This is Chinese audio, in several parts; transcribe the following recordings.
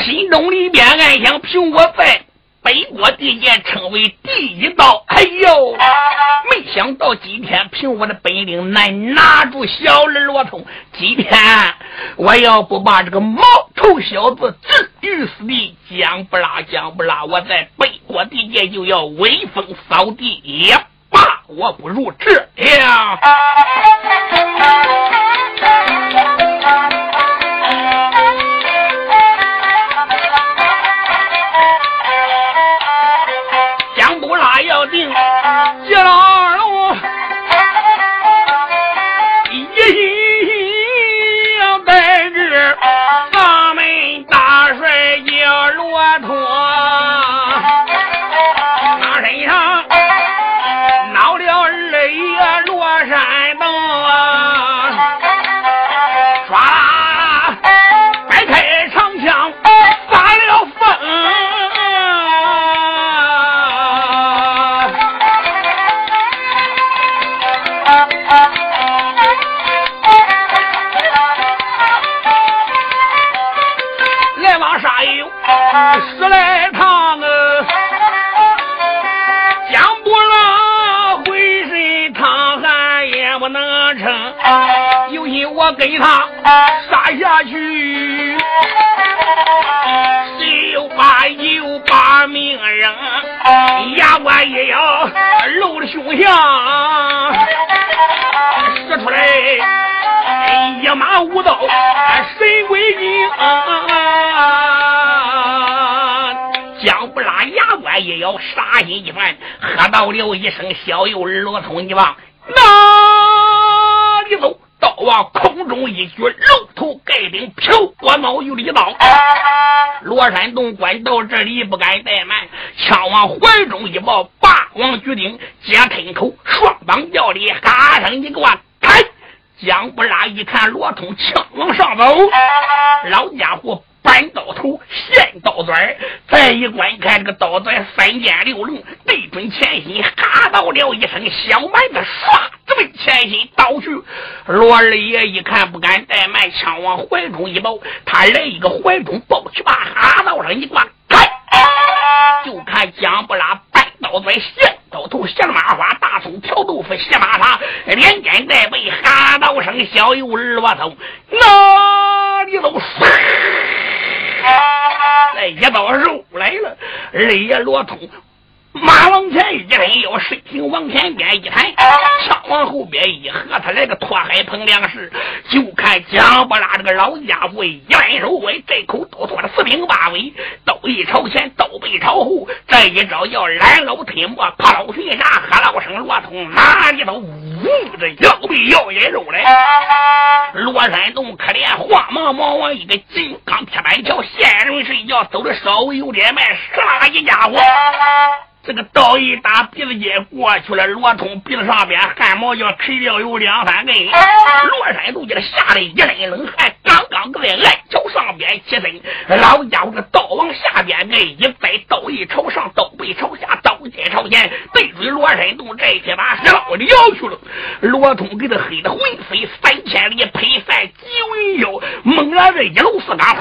心中里边暗想，凭我在北国地界称为第一刀，哎呦，没想到今天凭我的本领难拿住小人罗通，今天我要不把这个毛头小子置于死地，讲不拉，我在北国地界就要威风扫地，也罢我不如这样。要定接了二龙，一心要带着咱们大帅叫骆驼，那身上闹了泪呀，落山洞啊，唰啦摆开长枪发了疯。十来趟讲不了浑身淌汗也不能撑，有心我给他杀下去，谁又把命扔，牙关也要露了凶相，使出来一马无刀神鬼精，姜不拉牙关也要杀心一番，喝到了一声小右罗通一望，哪里走？刀往空中一举，露头盖顶，飘过脑有一刀。罗山洞关到这里不敢怠慢，枪往怀中一抱，霸王举顶，接吞口，双膀叫里，哈声一个开。姜不拉一看罗通枪往上走，老家伙扳刀头现刀钻，再一观看这个刀钻三尖六棱，对准前心，哈到了一声小蛮子，唰直奔前心刀去。罗二爷一看不敢怠慢，枪往怀中一抱，他来一个怀中抱去吧，哈到上一挂开，就看姜不拉扳刀钻现刀头，响麻花大葱调豆腐斜马塔，连肩带背，哈到声小右罗头，哪里都那一刀肉来了，二爷罗通马往前一伸腰，身形往前边一抬，枪往后边一合，他来个拓海碰粮食，就看姜不拉这个老家伙一弯手挥，这口刀拖的四平八稳，刀一朝前，刀背朝后，这一招叫拦老推磨，啪老巡下，喝老声罗通哪里都呜这腰背腰眼肉来。罗山洞可怜慌忙忙往一个金刚铁板桥现人睡觉，走的稍微有点慢，唰一家伙这个刀一打鼻子尖过去了，罗通鼻子上边汗毛就垂掉有两三根，罗山洞给他吓得一身冷汗，刚刚在矮桥上边起身，老家伙个刀往下边一摆，刀一朝上，刀背朝下，刀尖朝前，对准罗山洞这一把是老的要去了。罗通给他黑的魂飞3000里，配散9云腰，猛然这一路四岗，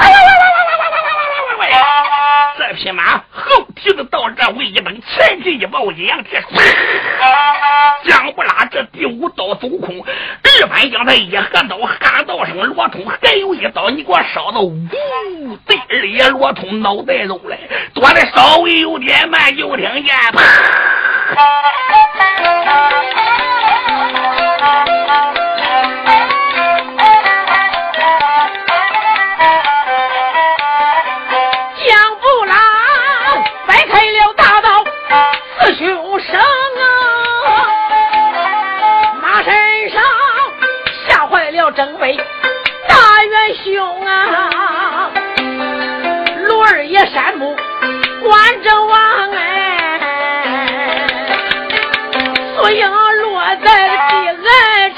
这匹马后蹄子到这位一蹬，前蹄一抱一扬铁，姜不拉这第5刀走空，二番将他一合刀，哈刀声罗通还有一刀，你给我烧到呜，对二爷罗通脑袋肉来，躲的稍微有点慢，就听见啪。 凶声啊，马身上吓坏了正北大元凶啊，罗二爷山木关着王哎，所应落在了地暗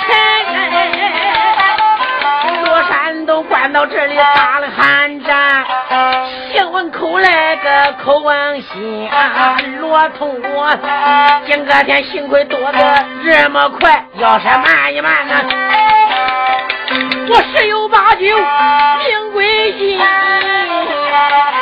沉，罗山都关到这里打了寒战，姓问口来个口问心啊，罗通我今个天幸亏躲得这么快，要是慢一慢呢，我十有八九命归阴。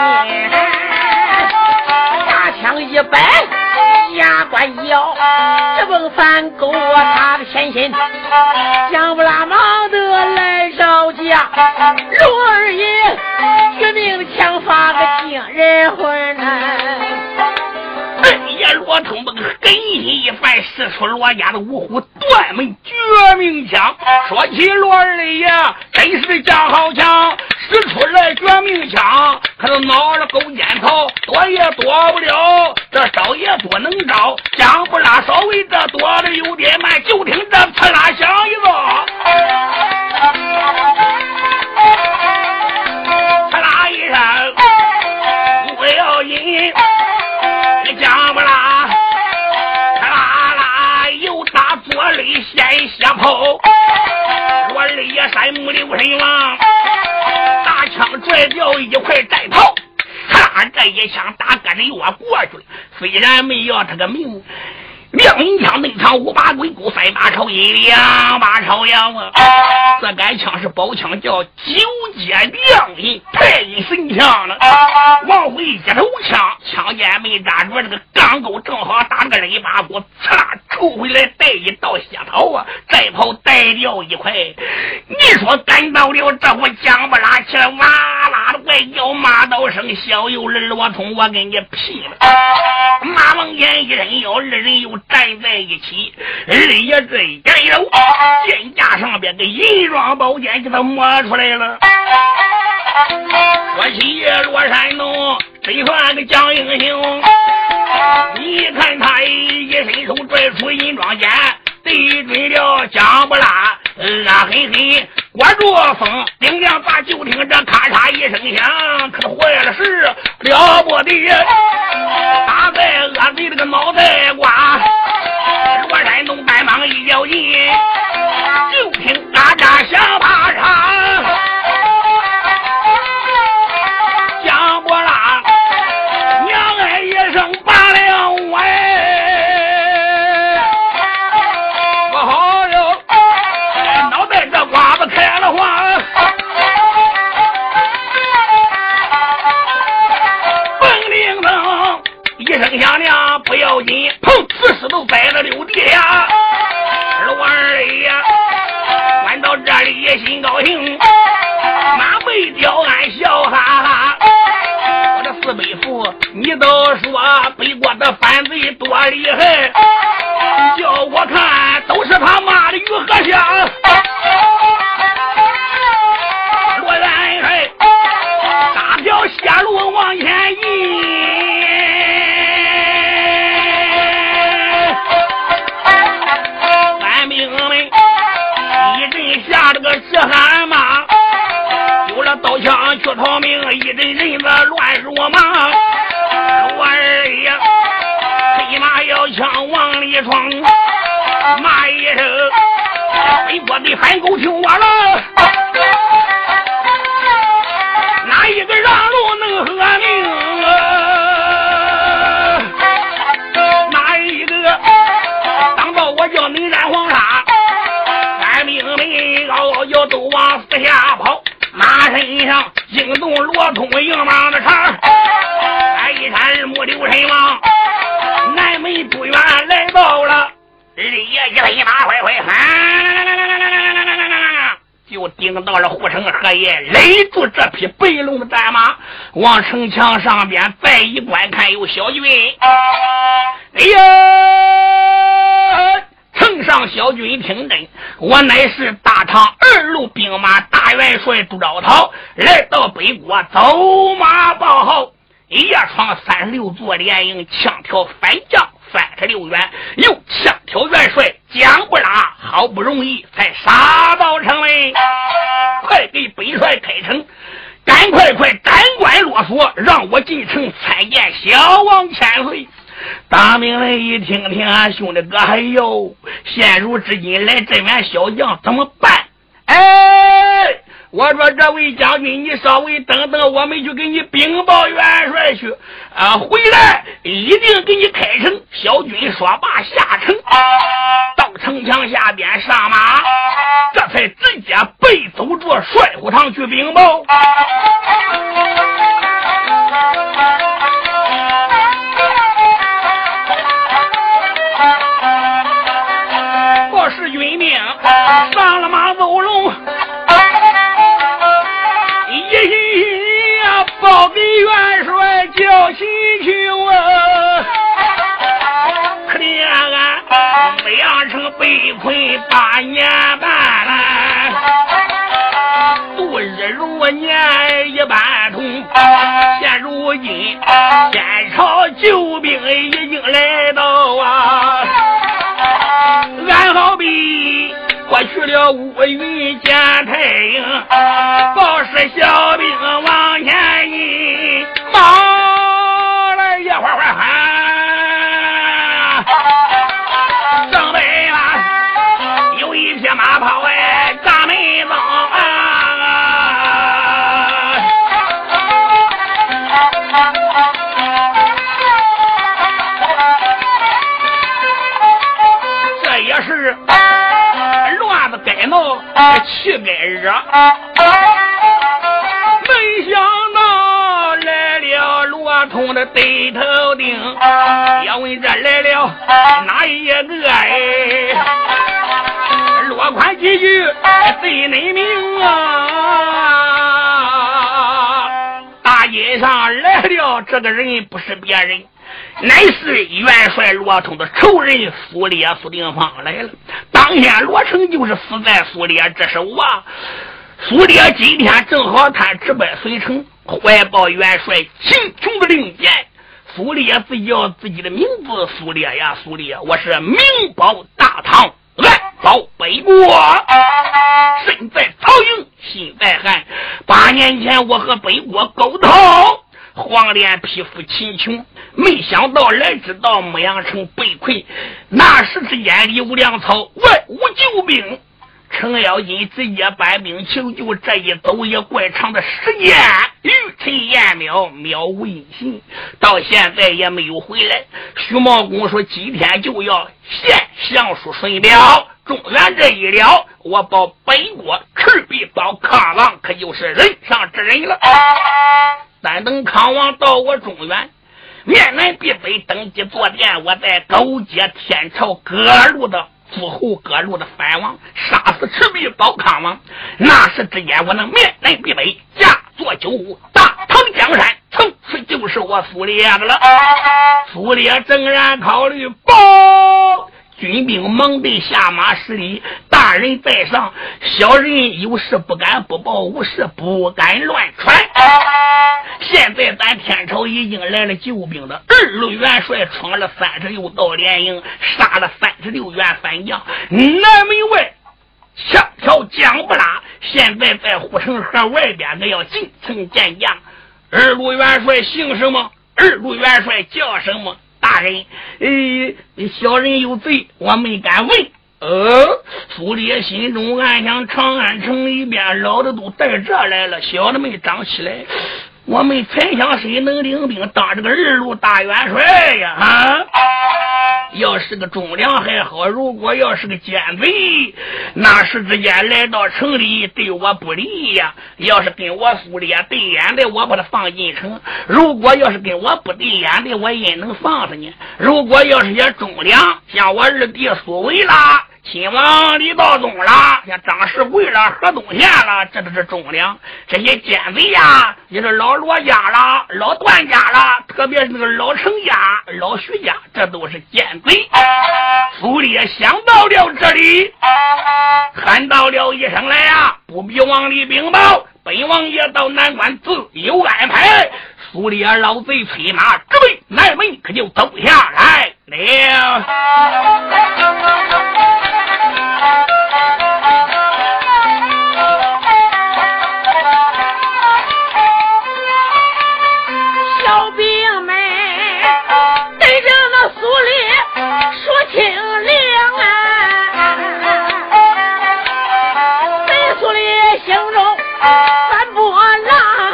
面，大枪一摆，牙关咬，这蹦翻狗他的前心，姜不拉忙的来招架，罗二爷绝命枪法个惊人魂也罗通本狠心一番，使出罗家的五虎断门绝命枪。说起罗二爷真是将好枪，使出来绝命枪，可是挠了勾肩头，躲也躲不了，这招也多能招，姜不拉稍微这躲的有点慢，就听这刺啦响一个，刺啦一声，不要紧，姜不拉刺啦啦又打左肋先下炮，罗二爷山木流神王，大枪拽掉一块战袍，咔这一枪打跟着又过去了，虽然没要他个命，亮银枪内藏五把鬼骨，三把朝阴，两把朝阳啊！这杆枪是宝枪，叫九阶亮银太阴神枪了。往回一头枪，枪尖没扎住，这个钢钩正好打个肋巴骨，刺啦抽回来带一道血袍啊！再跑带掉一块，你说赶到了这回姜不拉起来，哇啦的怪叫骂道声，小有人罗通，我跟你劈了！马王岩一人腰，二人又站在一起，二爷这一手剑架上边的银装宝剑给他摸出来了。说起罗山东这算个蒋英雄，你看他一伸手拽出银装剑，对准了姜不拉，嘿嘿刮着风，顶梁把就听这咔嚓一声响，可坏了事了不得，打在恶贼这个脑袋瓜，罗山东白忙一脚印，就听嘎喳响啪嚓，姜不拉娘哎一声拔了我，不好了，脑袋这瓜子开了花，嘣铃铛一声响亮，不要紧，砰，此时都栽了溜地下。罗二爷观到这里也心高兴，马背吊鞍笑哈哈。我的四背父，你都说背过的反贼多厉害，叫我看都是他妈的于和相。罗元帅大条下路往前移，咱兵们一阵下这个是汗马，有了刀枪去逃命，一阵人子乱如麻。罗二爷黑马要枪往里闯，骂一声北国的反狗听我了，哪一个让路能和命啊？哪一个当到我叫你染黄沙？咱兵们嗷嗷叫都往四下跑，马身上惊动罗通营忙的场，一山二目刘神王，南门不远来到了，二爷一飞马快快就顶到了护城河爷，勒住这匹白龙的战马，往城墙上边再一观看，有小军，哎呀！城上小军听真，我乃是大唐二路兵马大元帅杜兆涛，来到北国走马报号，夜闯36座连营，枪挑反将36员，又枪挑元帅姜不拉，好不容易才杀到城内，快给北帅开城，赶快斩关落锁，让我进城参见小王千岁。大明人一听听啊，兄弟哥，哎呦，现如至今来这员小将怎么办？哎，我说这位将军，你稍微等等，我们就给你禀报元帅去啊，回来一定给你开城。小军说罢下城，到城墙下边上马，这才直接背走着帅府堂去禀报。 被困8年半了，度日如年100通。现如今天朝救兵已经来到啊，俺好比过去了乌云见太阳，报是小兵往前引，忙了一会儿喊正北吧，有一匹马跑哎大门走这也是乱子该闹气该热，没想到来了罗通的对头钉，要问这来了哪一个哎？罗宽几句对你明啊，大街上来了这个人不是别人，乃是元帅罗通的仇人苏烈苏定方来了。当天罗成就是死在苏烈这手啊。苏烈今天正好他直败隋城，怀抱元帅秦琼的令箭。苏烈自己叫自己的名字，苏烈呀苏烈，我是名保大唐，爱保北国，身在曹营心在汉。8年前我和北国沟通，黄脸匹夫秦琼，没想到来至到牧羊城被困，那时之间里无粮草，外无救兵，程咬金直接搬兵求救，这一走也怪长的时间，玉陈彦淼渺无音信，到现在也没有回来。徐茂公说今天就要献降书顺表，中原这一了，我保北国赤壁保康王，可就是人上之人了。但等康王到我中原，面南必北登基坐殿，我在勾结天朝各路的诸侯各路的藩王，杀死赤壁保康王，那时之间我能面南必北，驾坐九五，大唐江山，从此就是我苏烈的了。苏烈正然考虑报军兵忙得下马施礼，大人在上，小人有事不敢不报，无事不敢乱传。现在咱天朝已经来了救兵的2路元帅，闯了36道连营，杀了36员反将，南门外枪条将不拉，现在在护城河外边的要进城见将。2路元帅姓什么？2路元帅叫什么？大人，小人有罪，我没敢问。苏烈心中暗想，长安城里边老的都带这来了，小的没长起来，我们才想谁能领兵当这个2路大元帅呀？要是个忠良还好，如果要是个奸贼，那时之间来到城里对我不利呀。要是跟我苏烈对眼的，我把他放进城；如果要是跟我不对眼的，我也能放他呢。如果要是些忠良，像我二弟苏伟啦，亲王李道宗啦，像张世贵啦，何东宪啦，这都是忠良。这些奸贼呀，也是老罗家啦，老段家啦，特别是那个老程家、老徐家，这都是奸贼。苏烈想到了这里，喊到了一声来呀，不必往里禀报，本王爷到南关自有安排。苏烈老贼催马直奔南门，可就走下来了。 小兵们对着那苏烈说清凉啊，在苏烈心中翻波浪，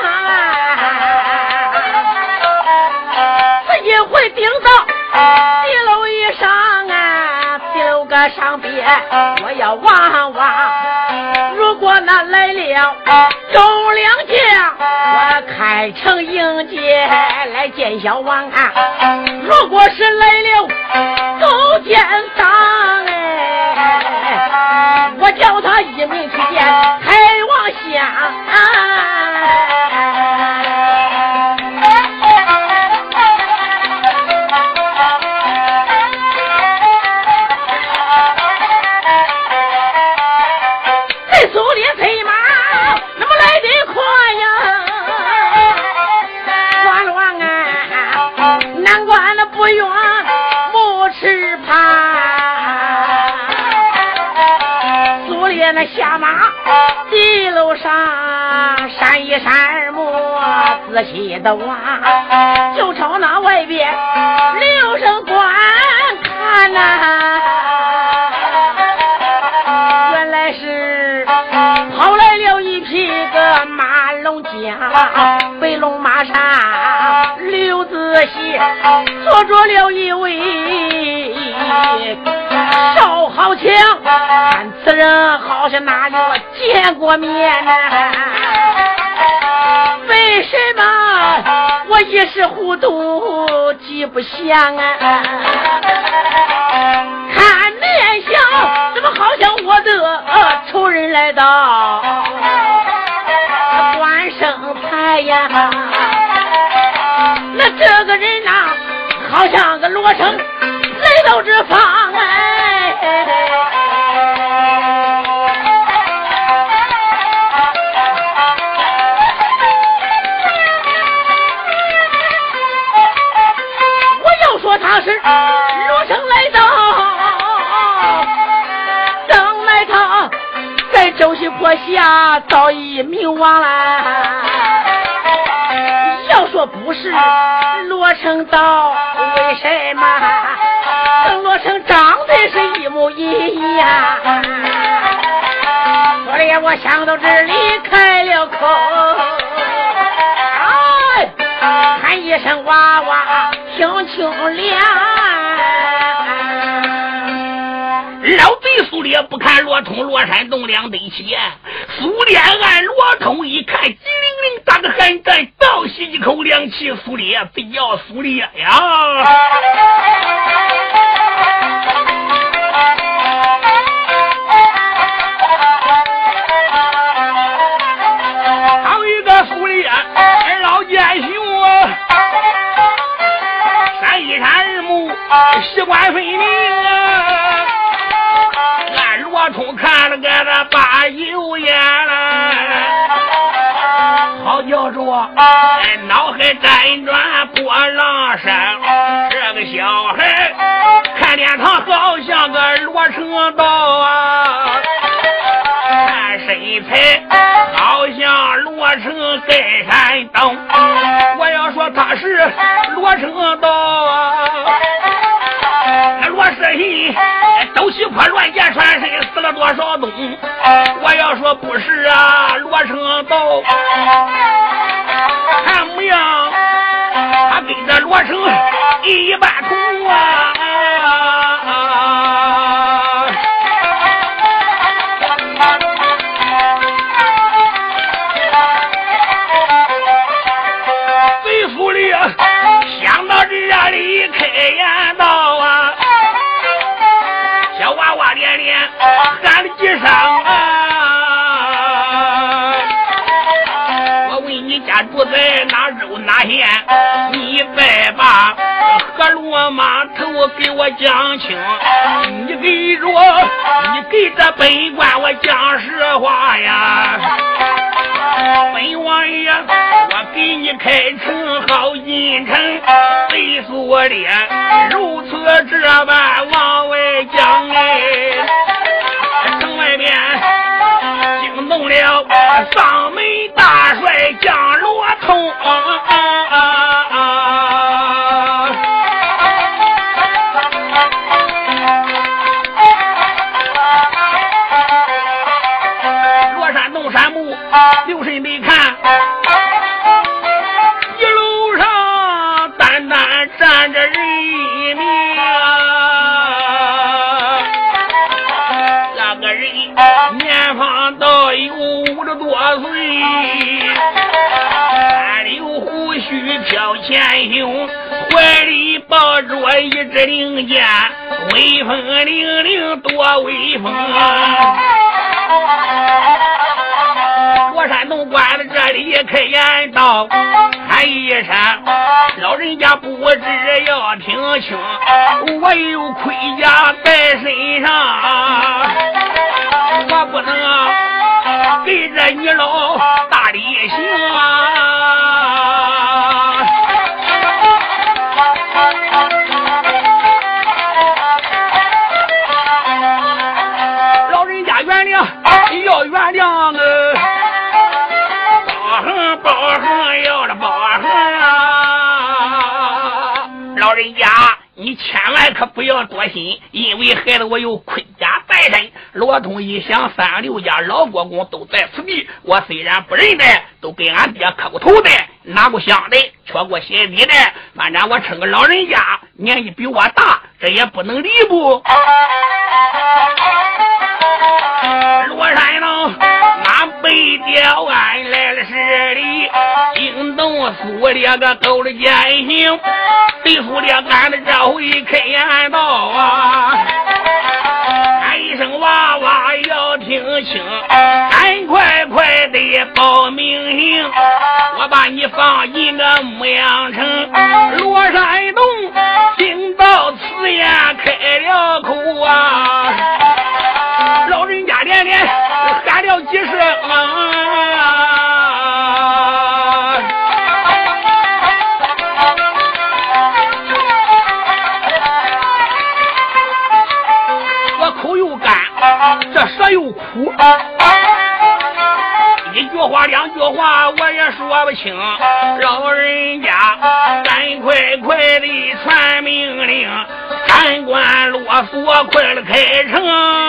自己会顶到地楼以上啊，地楼个上边我要望望，如果那来了忠良将，我开城迎接来见小王啊，如果是来了勾践党哎，我叫他一命之间开王相不愿不吃盘。苏烈那下马地楼上，闪一闪目仔细的望，就朝那外边留声观看呐。原来是跑来了一匹个马龙将，背龙马上刘仔细坐着了一位少好强，看此人好像哪里我见过面呢？为什么我一时糊涂记不详啊？看面相怎么好像我的仇人来到关生财呀？那这个人呐，好像个罗成来到这方我要说他是罗成来到，等来他在周西坡下早已明亡了。要说不是罗成道，为什么跟罗成长得是一模一样？所以我想到这里开了口，喊一声娃娃听清凉。 老贼苏烈不看罗通罗山洞两对齐，苏烈按罗通一看，机灵灵打个寒战，倒吸一口凉气。苏烈非要苏烈呀！好一个苏烈老奸雄啊！闪一闪二目，习惯分明啊！按罗通看了个那把油眼了，好叫做脑海辗转波浪山。这个小孩看脸上好像个罗成道啊，看身材好像罗成盖山洞。我要说他是罗成道啊，那罗世信都西坡乱箭穿身死了多少冬？我要说不是啊，罗成道看模样他跟着罗成一般同啊。贼府里想到这里开言道啊，小娃娃连连喊了几声啊！我问你家住在哪州哪县？你再把河洛码头给我讲清。你给这本官我讲实话呀！本王爷，我给你开城好进城，贼苏烈如此这般往外讲哎，城外边惊动了上门大帅将罗通罗山洞山木留神得看，一路上单单站着人命，那个人年方到有50多岁，三绺胡须飘前胸，怀里抱着一支令箭，威风凛凛多威风罗山洞关在这里开言道，喊一声老人家不知要听清，我有盔甲在身上，我不能给着你老大礼行啊！ 你千万可不要多心，因为害得我有盔甲在身。罗通一想，36家老国公都在此地，我虽然不认得，都给俺爹磕过头的，拿过香的，缺过鞋底的，反正我称个老人家，年纪比我大，这也不能离不。罗山呢，俺北调俺来了十里，惊动苏烈个都是奸行，对苏烈俺的这回开言道啊，喊一声娃娃要听清，赶快的报名行，我把你放进个牧羊城。罗山洞听到此言开了口啊，老人家连连喊了几声我口又干，这舌又苦，一句话两句话我也说不清。老人家赶快的传命令，赶关啰嗦快了开城。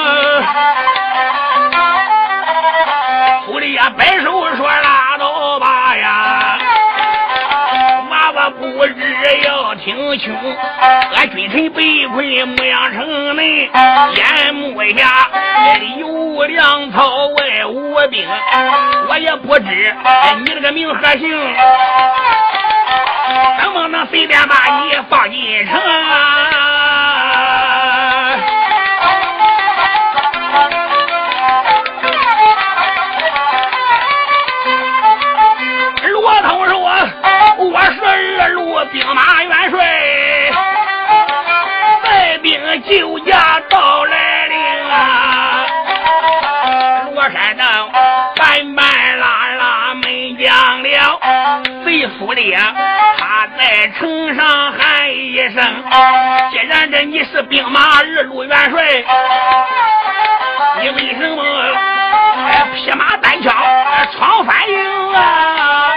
狐狸呀摆手说拉倒吧呀，娃娃不知要听清，俺君臣被困牧羊城内，眼目下里有粮草外无兵，我也不知你这个名和姓，能不能随便把你放进城罗通说我是二路兵马元帅，带兵救驾到来临啊，罗山洞半拉没讲了，贼夫烈他在城上喊一声，既然这你是兵马二路元帅，你为什么匹马单枪闯反营啊？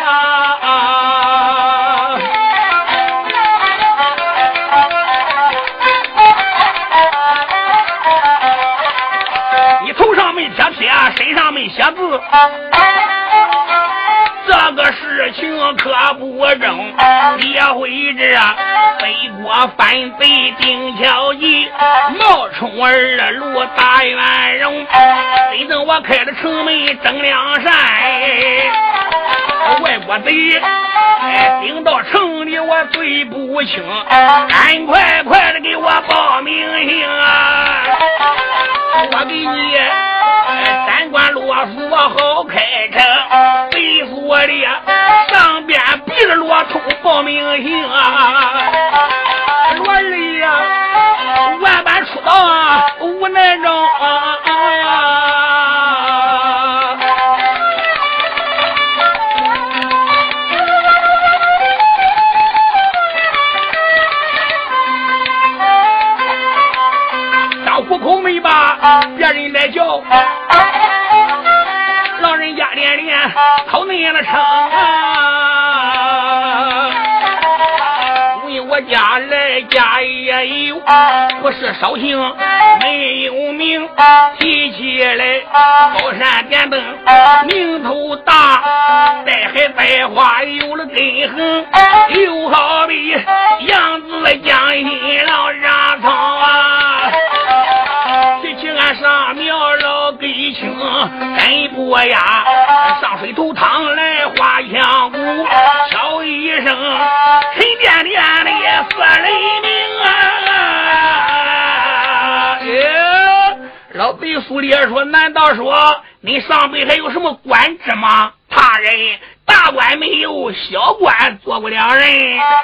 你头上没贴贴，身上没写字，这个事情可不正，也会这北国反贼定桥计，冒充二路大元荣，真正我开了城门正梁山，外国贼顶到城里我罪不轻，赶快的给我报名行啊！我给你三关啰嗦好开城，贼说的上边逼着罗通报名行啊！罗二呀，万般出道啊，无奈中当户口没把别人来叫，老人家连连讨那了称啊，问我家来家也有，不是绍兴没有名，提起来高山点灯名头大，带海带花有了根痕，又好比杨子江心老上草啊，提起俺上庙老给清真不呀，上水头汤来花香鼓，敲一声沉甸甸的四雷鸣啊！老贼苏烈说，难道说你上辈还有什么官职吗？他人大官没有，小官做不了人。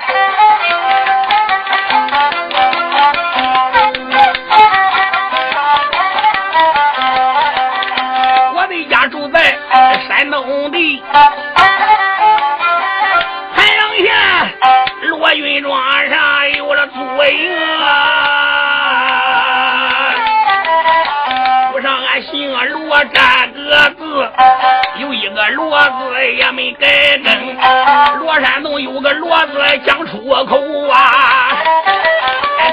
我的家住在山东地海阳县罗云庄上有了租营啊，不上俺姓罗这个字，有一个罗字也没改正，罗山洞有个罗字讲出口啊，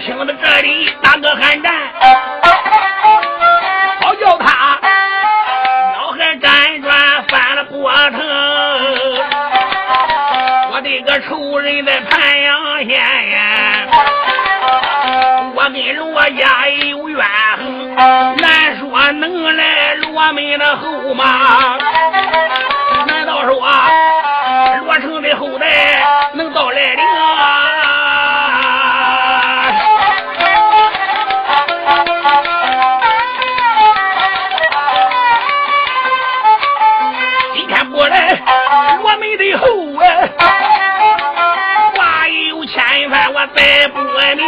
听到这里打个寒战，好叫他脑海辗转翻了波腾。我的个仇人在盘阳县呀，我跟罗家有怨恨，难说能来罗门的后吗？难道说罗成的后代能到来临啊？今天不来罗门的后啊，话有千番我再不明。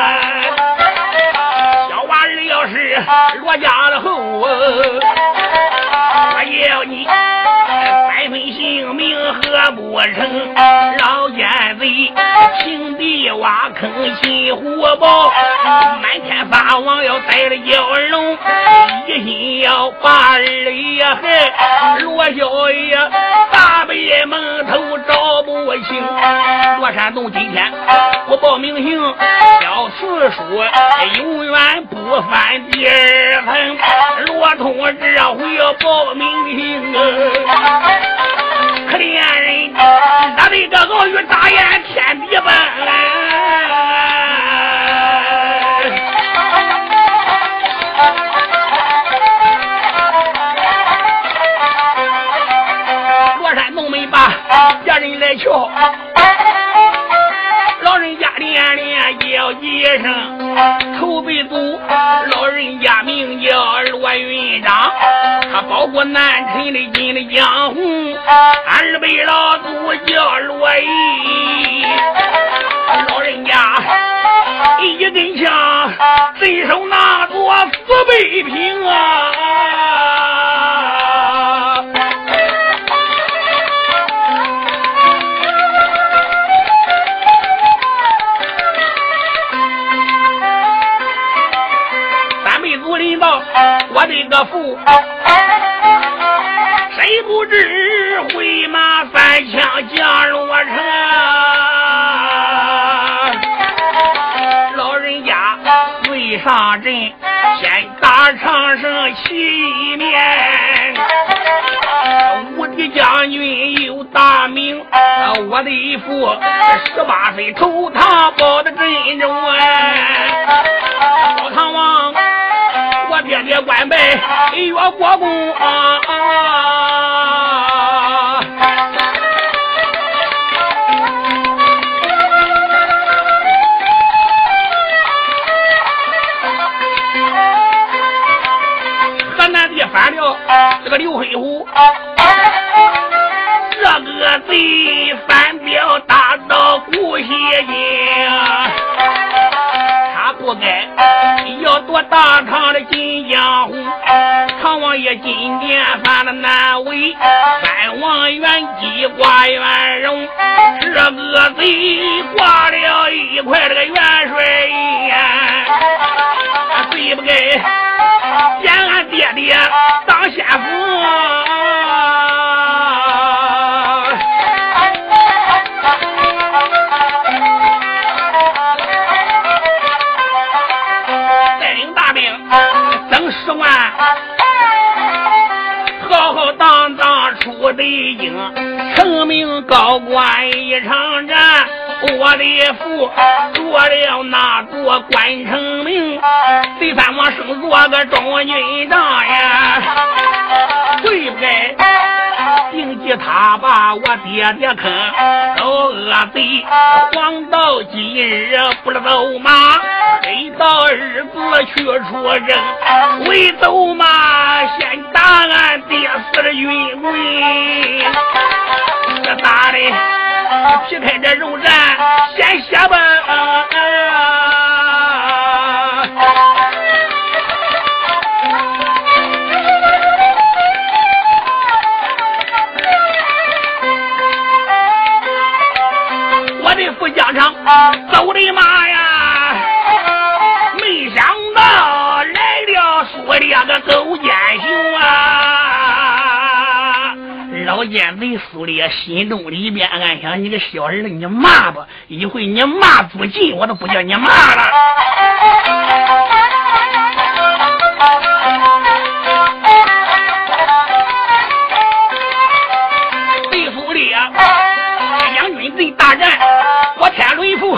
小娃儿要是罗家的后啊，我要你3分性命何不成？老奸贼平地挖坑起火爆，满天发王要逮了蛟龙，一心要把儿也害。罗小爷大背蒙头找不清，罗山洞今天我报名行，小四叔永远不翻第二层。罗通这回要报名行啊，可怜人他的个傲语大言天地奔，罗山洞没把家人来瞧，老人家连连叫几声，头背族老人家名叫罗云章，他包括南陈的金的江红，二辈老祖叫罗毅，老人家一根枪伸手拿作4倍平啊！我的个父，谁不知回马3枪降罗成？老人家未上阵，先打长生旗面。武帝将军有大名，我的父18岁投唐保的真中高唐王。我爹爹官拜越国公河南地反了这个刘黑虎，这个贼反表大到古西京，他不该要夺大唐的金江红，唐王爷今年犯了难为，三王元吉挂元荣，这个贼挂了一块这个元帅印，对不该见俺爹爹当先锋10万，浩浩荡荡出北京，成名高官一场战。我的父做了那座关城名，第3王升做个中军长呀，对不对？定计他把我爹爹坑，都恶贼，黄道今日不是走马，黑道日子去出征，为走马先打俺爹死的军棍，这打的劈开这肉绽先下吧。我的副将长走的马呀，没想到来了说的个狗奸雄啊！老奸奸贼苏烈心中里边暗想：你个小儿子，你骂吧，一会你骂足尽，我都不叫你骂了。对苏烈两军对大战，我天雷府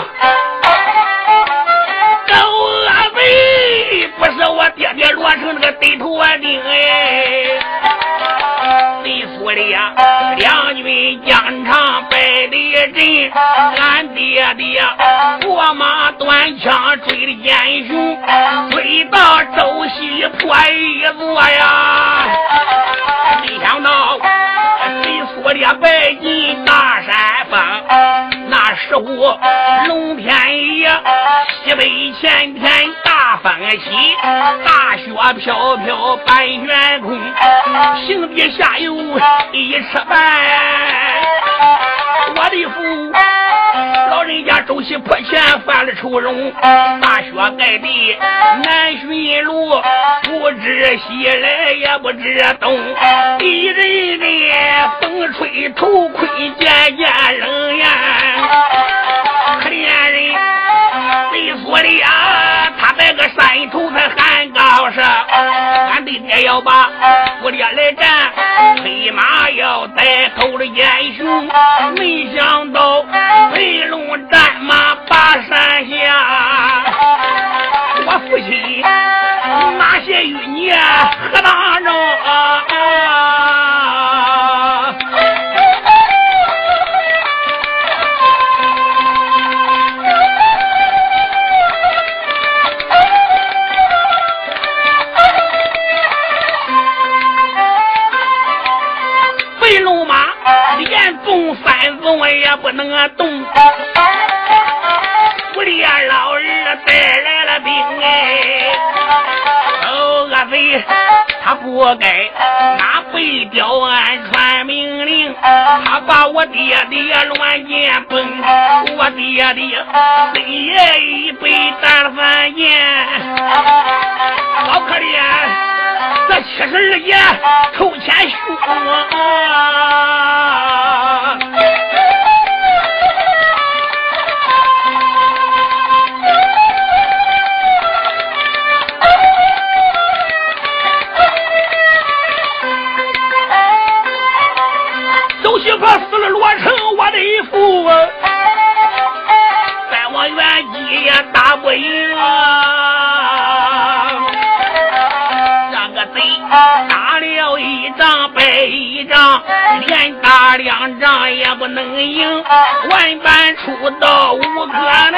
狗阿贼，不是我爹爹罗成那个对头啊丁哎。对苏烈两军疆场败敌阵，俺爹爹拨马端枪追的英雄，追到周西破一座呀。没想到对苏烈败进大山峰，那时候龙天爷西北前天大风起，大雪飘飘半悬空，行底下有一尺半。我的父老人家周西坡前犯了愁容，大雪盖地难寻路，不知西来也不知东，一阵阵风吹头盔渐渐冷呀。可怜人对苏烈他在个山头才喊高声，俺的爹要把苏烈来战，飞马要带头的英雄，没想到飞龙战马把山下，我父亲哪些与你何当中飞龙马连动三纵也不能动，苏烈老儿带来了兵哎。恶贼他不该拿北雕暗传命令，他把我爹爹乱箭崩，我爹爹深夜一杯打了3箭，好可怜这72爷头前凶周西坡死了罗成，我的父在我原籍也打不赢这个贼打了1仗败1仗，连打2仗也不能赢，万般出道无可奈。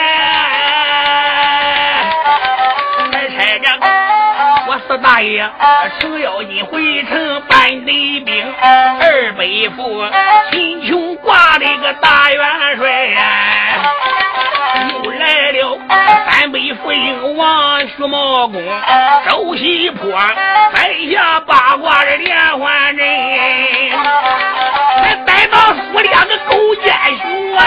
再猜着我四大爷程咬金回城搬贼兵，二北父秦琼挂了一个大元帅，又来了三北父英王徐茂公，周西坡摆下八卦的连环阵，还逮到苏烈个狗奸雄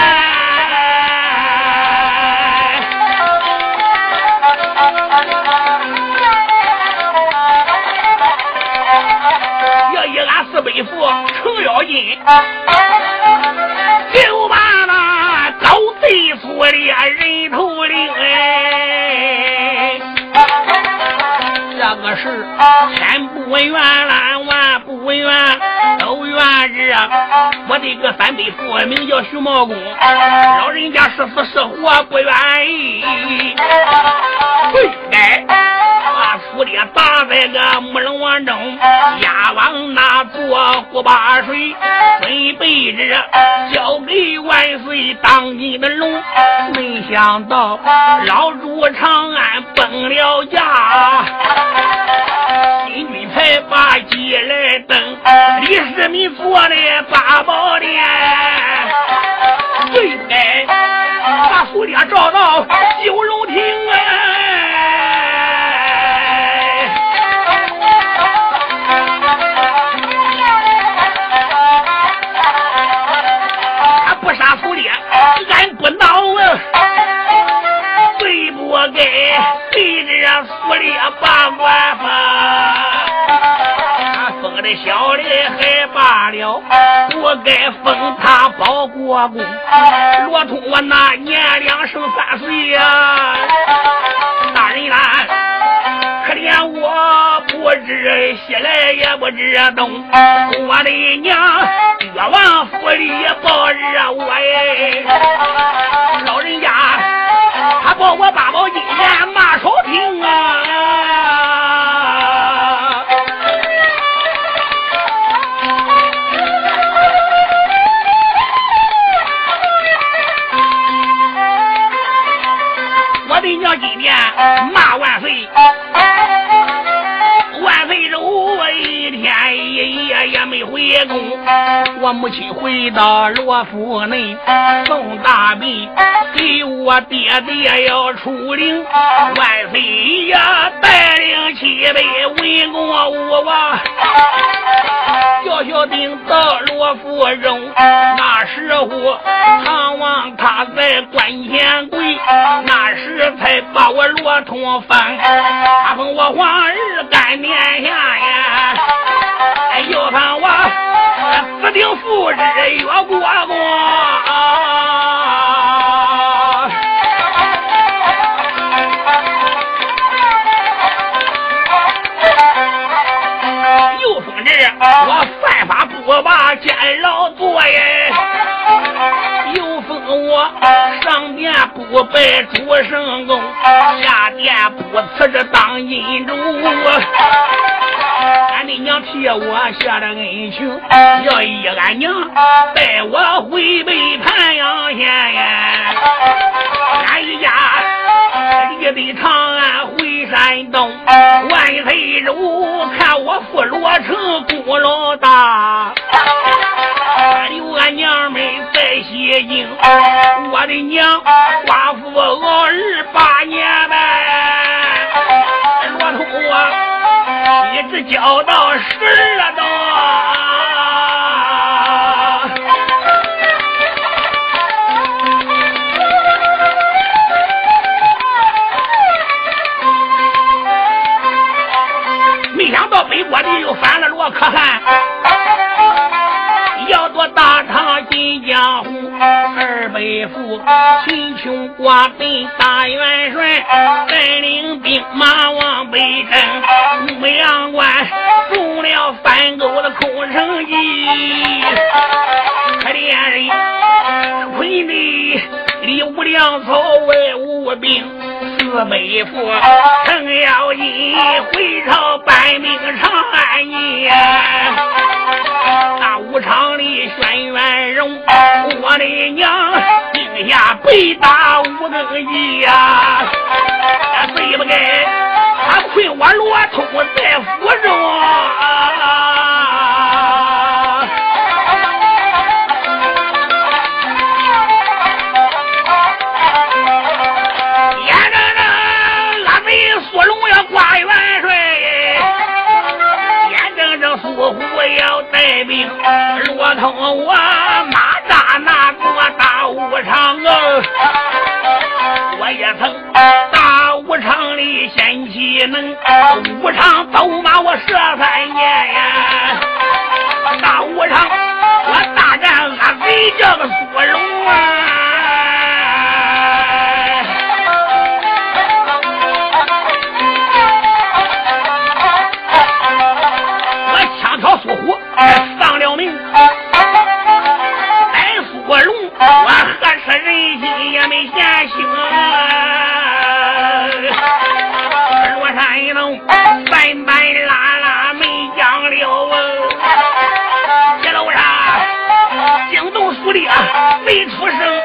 要以俺四北父程咬金就把那高贼苏烈人头领这个是千不愿烂万不愿都愿之我这个三北父名叫徐茂公，老人家是死是活不愿意，对该把苏烈打在个木龙王中，押往那座火把水，准备着交给万岁当今的龙。没想到老主长安崩了驾，新军才把鸡来登，李世民做的八宝殿，最该把苏烈找到九龙亭他不杀苏烈俺不恼最不该对着苏烈把官封，他封的的小的还罢了，我该封他保国公。罗通我那年2生3岁呀，大人啦，可怜我不知西来也不知东，我的娘越王府里抱着我哎，老人家他抱我8宝金莲骂朝廷啊，我的娘今天骂万岁，万岁之后一天一夜也没回宫。我母亲回到罗府内送大殡，给我爹爹要出灵。万岁呀带领7辈文公武王小小兵到罗府中，那时候唐王他在关前跪，那时才把我罗通封，他封我皇儿干殿下呀，又封我四顶副职越国公。又封职我犯法不把监牢做耶，又封我上殿不拜主圣公，下殿不辞着当阴主。俺的娘替我下了恩情，要一俺娘带我回北盘阳县呀，俺一家离北长安回山东。万岁主看我父罗成功劳大，留俺娘们在西京，我的娘寡妇熬日8年半，罗通我一直教到12道。没想到北国的又反了罗可汗，要夺大唐金江湖。2辈父秦琼挂本大元帅，带领兵马往北征，牧羊关中了反狗的空城计。可怜人困的里无粮草外无兵，4辈父程咬金回朝搬兵长安营，大武场里轩辕荣，我的娘定下北打5更计呀，对不该他困我罗通在府中要带兵，罗通我马扎那座大武场啊，我也曾大武场里先起能，武场走马我13年呀，大武场我大战阿贼这个苏龙啊。苏虎丧了命，在苏龙我何时人心也没闲心罗山龙斑斑拉拉没讲了铁楼上惊动苏烈没出声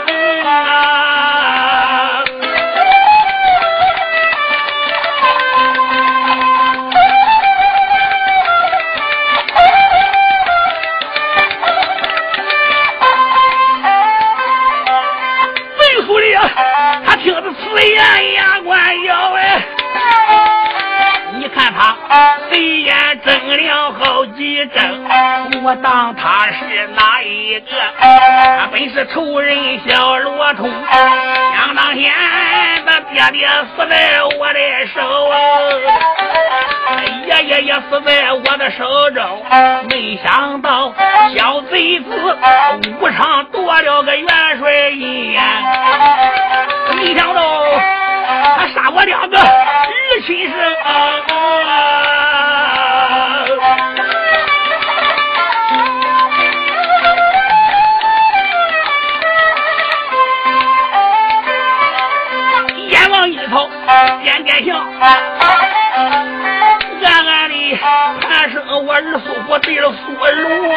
牙关咬哎，你看他贼眼睁了好几睁，我当他是哪一个？他本是仇人小罗通，想当年的爹爹死在我的手， 也死在我的手中。没想到小贼子无偿夺了个元帅印，没想到他杀我2个儿亲生。眼望一头点点笑，暗暗里喊声我儿苏我对了苏龙，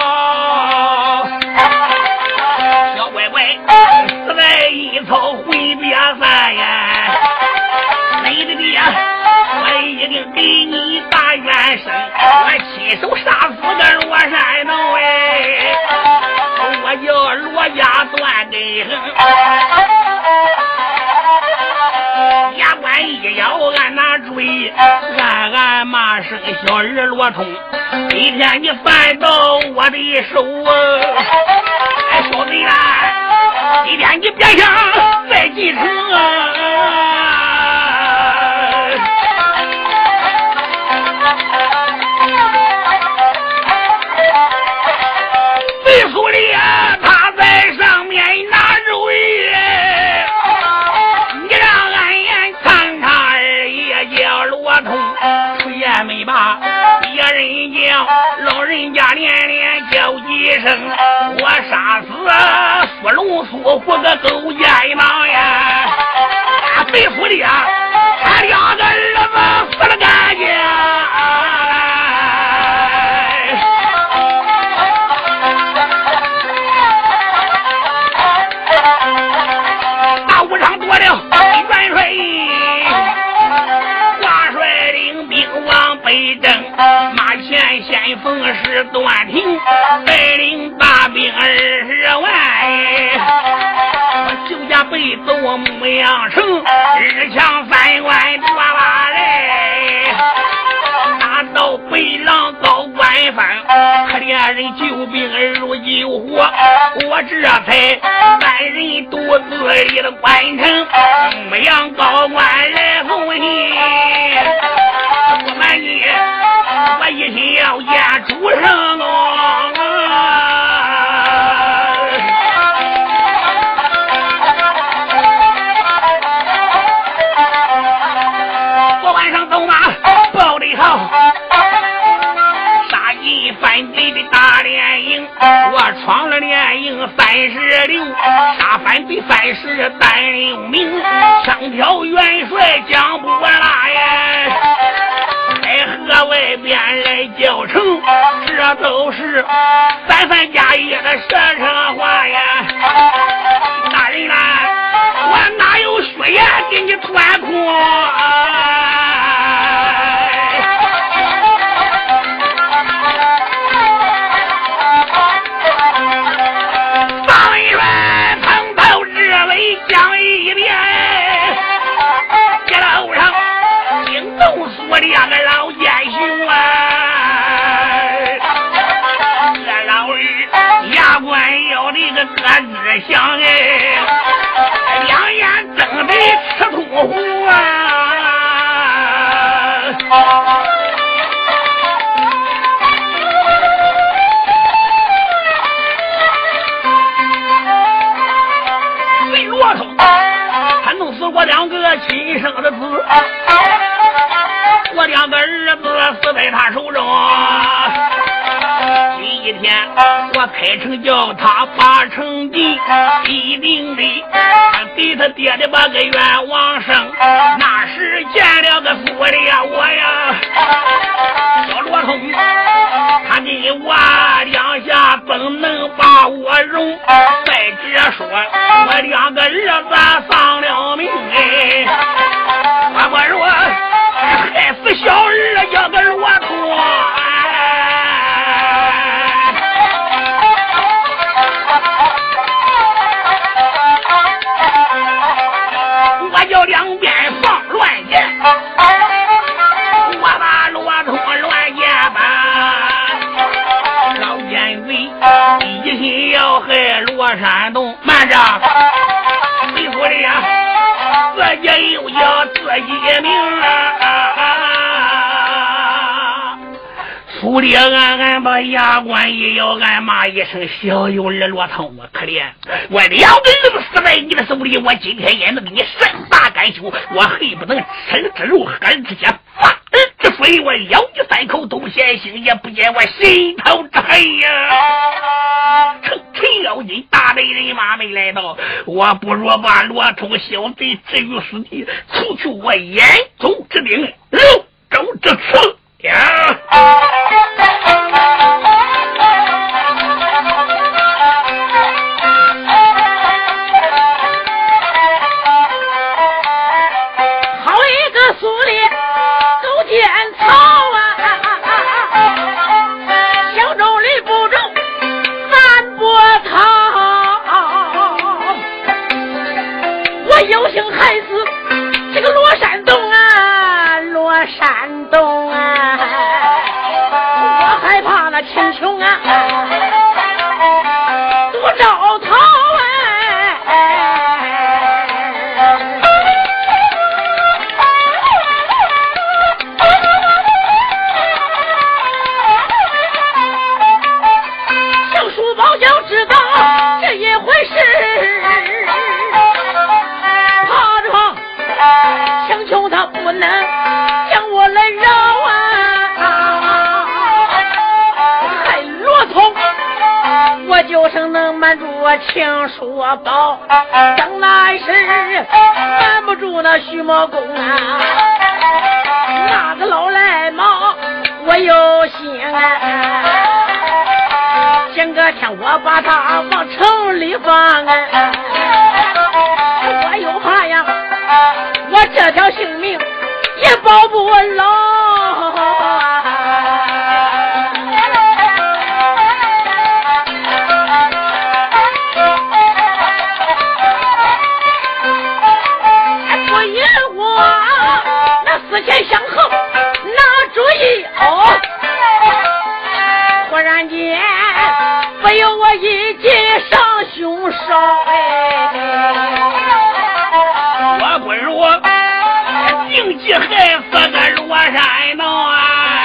小乖乖死在一草回别山呀，你的爹我一定给你打冤声，我亲手杀死个罗山洞哎，我叫罗家断根牙关一咬按那追，暗暗骂声小儿罗通，今天你犯到我的手啊！哎，小贼啦，今天你别想再进城啊！贼手里啊，他在上面拿肉耶，你让俺眼看他儿也叫罗通，出言没罢，别人叫老人家连连叫几声，我杀死苏龙苏虎个狗奸囊呀！贼手里啊，他2个儿子死了干净。元帅挂帅领兵往北征，马前先锋是段廷，带领大兵20万，我就下北走牧羊城，2强3关夺把来，打到北廊高官藩，可怜人救兵如救火，我这才3人独自离了关城，牧羊高官来送信，我满意，我一心要见主圣我晚上走马报了一号，杀进反贼的大连营，我闯了连营36，杀反贼30单6名，枪挑元帅将不拉呀，海河外边来叫成，这都是3加1的射程话呀！大人啊，我哪有血眼给你穿空方元从头至尾讲一遍，街道上惊动苏2个老奸雄啊！这老儿牙关咬的个咯吱响哎，2眼瞪得吃通红啊！贼罗通，他弄死我2个亲生的子，我2个儿子死在他手中。今一天我开城叫他把城进，一定得他给他爹的把个冤枉生。那时见了个苏烈我呀，小罗通，他给我2下怎能把我容？再者说我2个儿子丧了命哎，我不如害死小儿叫个罗通我叫2边放乱箭，我把罗通乱箭吧，老奸贼一心要害罗山洞，慢着，你说的呀，自己又叫自己命啊！ 苏烈暗把牙关一咬，暗骂一声：“小有二罗通啊，可怜！我2个儿子死在你的手里，我今天也能给你善罢甘休。我恨不能吃之肉，喝之血，发儿之水，我咬你3口都嫌腥，也不见我心头之恨呀！”陈妖精大内人马没来到，我不如把罗通小贼置于死地，除去我眼中之钉，肉中之刺呀！ 好一个苏烈勾践草啊，小众里不中反驳他，我有幸害死这个罗山洞啊，罗山洞啊，我害怕那秦琼啊多招讨小叔宝就知道这一回事，怕着秦琼他不能将我来饶啊，害罗通我就是能瞒住我秦叔宝，等来时瞒不住那徐茂公啊，那个老赖毛我有心啊，前个天我把他往城里放啊，我又怕呀我这条性命也保不牢不因我那思前想后拿主意哦，忽然间不由我一计上凶手我不如定计害死个罗山洞啊！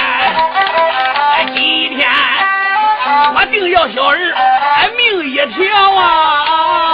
今天我定要小儿命一条啊！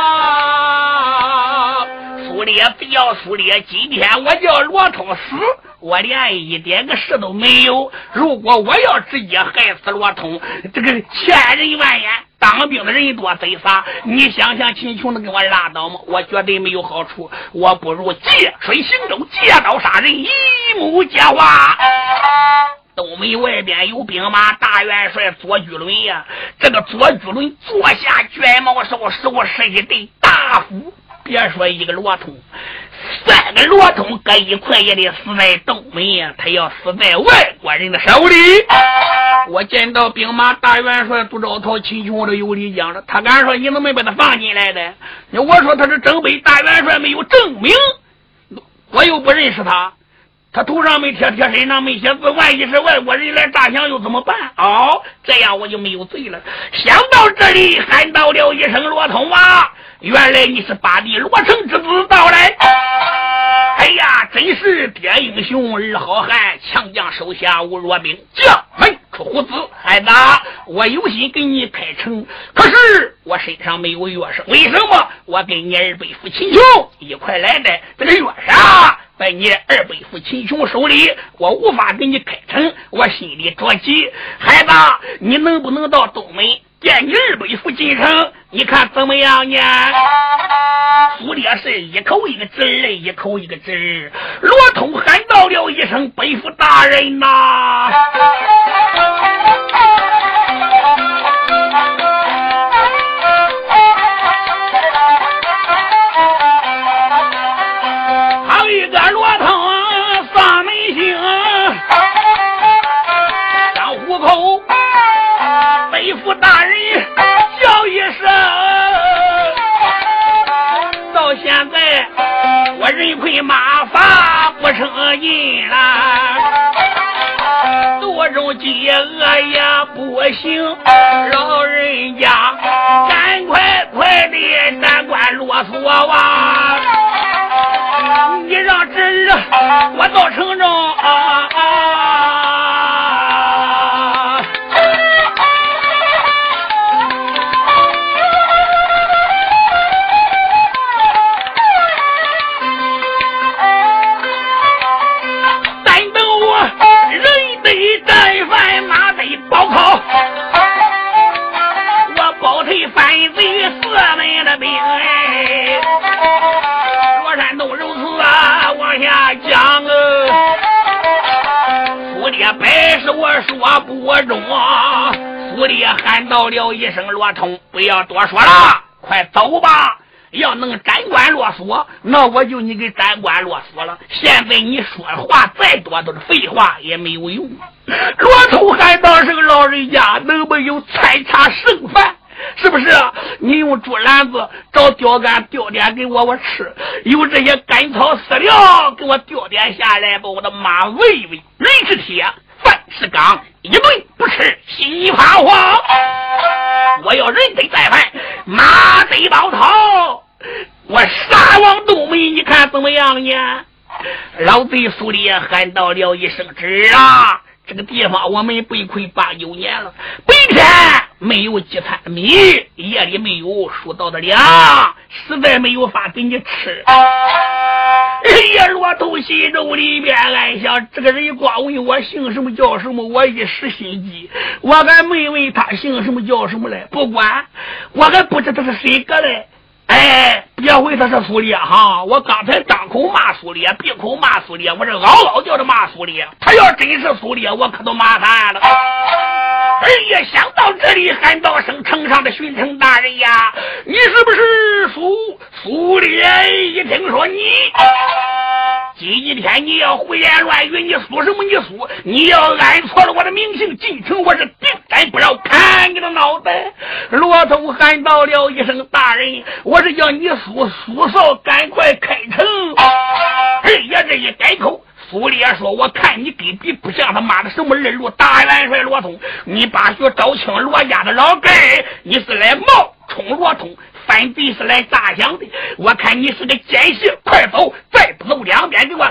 苏烈不要苏烈，今天我叫罗通死，我连一点个事都没有。如果我要直接害死罗通，这个千人万眼，当兵的人多贼撒，你想想秦琼能给我拉倒吗？我绝对没有好处，我不如借水行舟，借刀杀人，一目皆花。东门外边有兵马大元帅左巨伦呀，这个左巨伦坐下卷毛兽，手是一对大斧，别说一个罗通，3个罗通搁一块也得死在东门呀，他要死在外国人的手里。我见到兵马大元帅杜兆涛、秦琼，我都有理讲了。他敢说你怎么把他放进来的？我说他是正北大元帅，没有证明，我又不认识他。他头上没贴贴身上没写字，万一是外国人来诈降又怎么办？哦，这样我就没有罪了。想到这里，喊到了一声：“罗通啊，原来你是八弟罗成之子到来。哎呀，真是爹英雄儿好汉，强将手下无弱兵，将门出虎子。孩子，我有心给你开城，可是我身上没有钥匙。为什么？我跟你二辈夫秦琼一块来的，这个钥匙在你二辈夫秦琼手里，我无法给你开城，我心里着急。孩子，你能不能到东门见你二辈夫进城？你看怎么样呢？苏烈是一口一个字儿，一口一个字儿。罗通喊到了一声：“辈夫大人呐！”好一个罗通丧门星，张虎口，辈夫大人叫一声。到现在我人亏马乏不成印了，多种饥饿也不行，老人家赶快的赶快啰嗦啊！你让侄儿我到城中啊，往下讲府里本是我说不中，府里喊到了一声罗通，不要多说了，快走吧。要能斩关落锁，那我就你给斩关落锁了。现在你说话再多都是废话，也没有用。罗通喊道：“这个老人家能不能有菜茶剩饭？是不是啊？你用竹篮子找钓竿钓点给我吃，有这些干草饲料给我钓点下来，把我的马喂喂。人是铁，饭是钢，一顿不吃心发慌。我要人得再犯，马得包头。我杀王东梅，你看怎么样呢？”老贼苏里喊到了一声：“知啊！这个地方我们被困8、9年了，白天没有几餐米，夜里没有数到的粮，实在没有法给你吃。”哎呀，骆头心中里边暗想，这个人光问我姓什么叫什么，我一时心急，我还没问他姓什么叫什么嘞。不管，我还不知道他是谁个嘞。哎，别回他是苏烈哈！我刚才张口骂苏烈，闭口骂苏烈，我这嗷嗷叫着骂苏烈。他要真是苏烈，我可都麻烦了。哎呀，想到这里，喊道声：“城上的巡城大人呀，你是不是苏烈？一听说你今天你要胡言乱语，你苏什么你苏？你要按错了我的名姓，进城我是定斩不饶，砍你的脑袋！”骆头喊到了一声：“大人，我是叫你苏少赶快开城。”哎呀，这一改口，苏烈说：“我看你根本不像他妈的什么二路大元帅罗通，你把学招清罗家的老根，你是来冒充罗通，反贼是来诈降的。我看你是个奸细，快走！再不走2边给我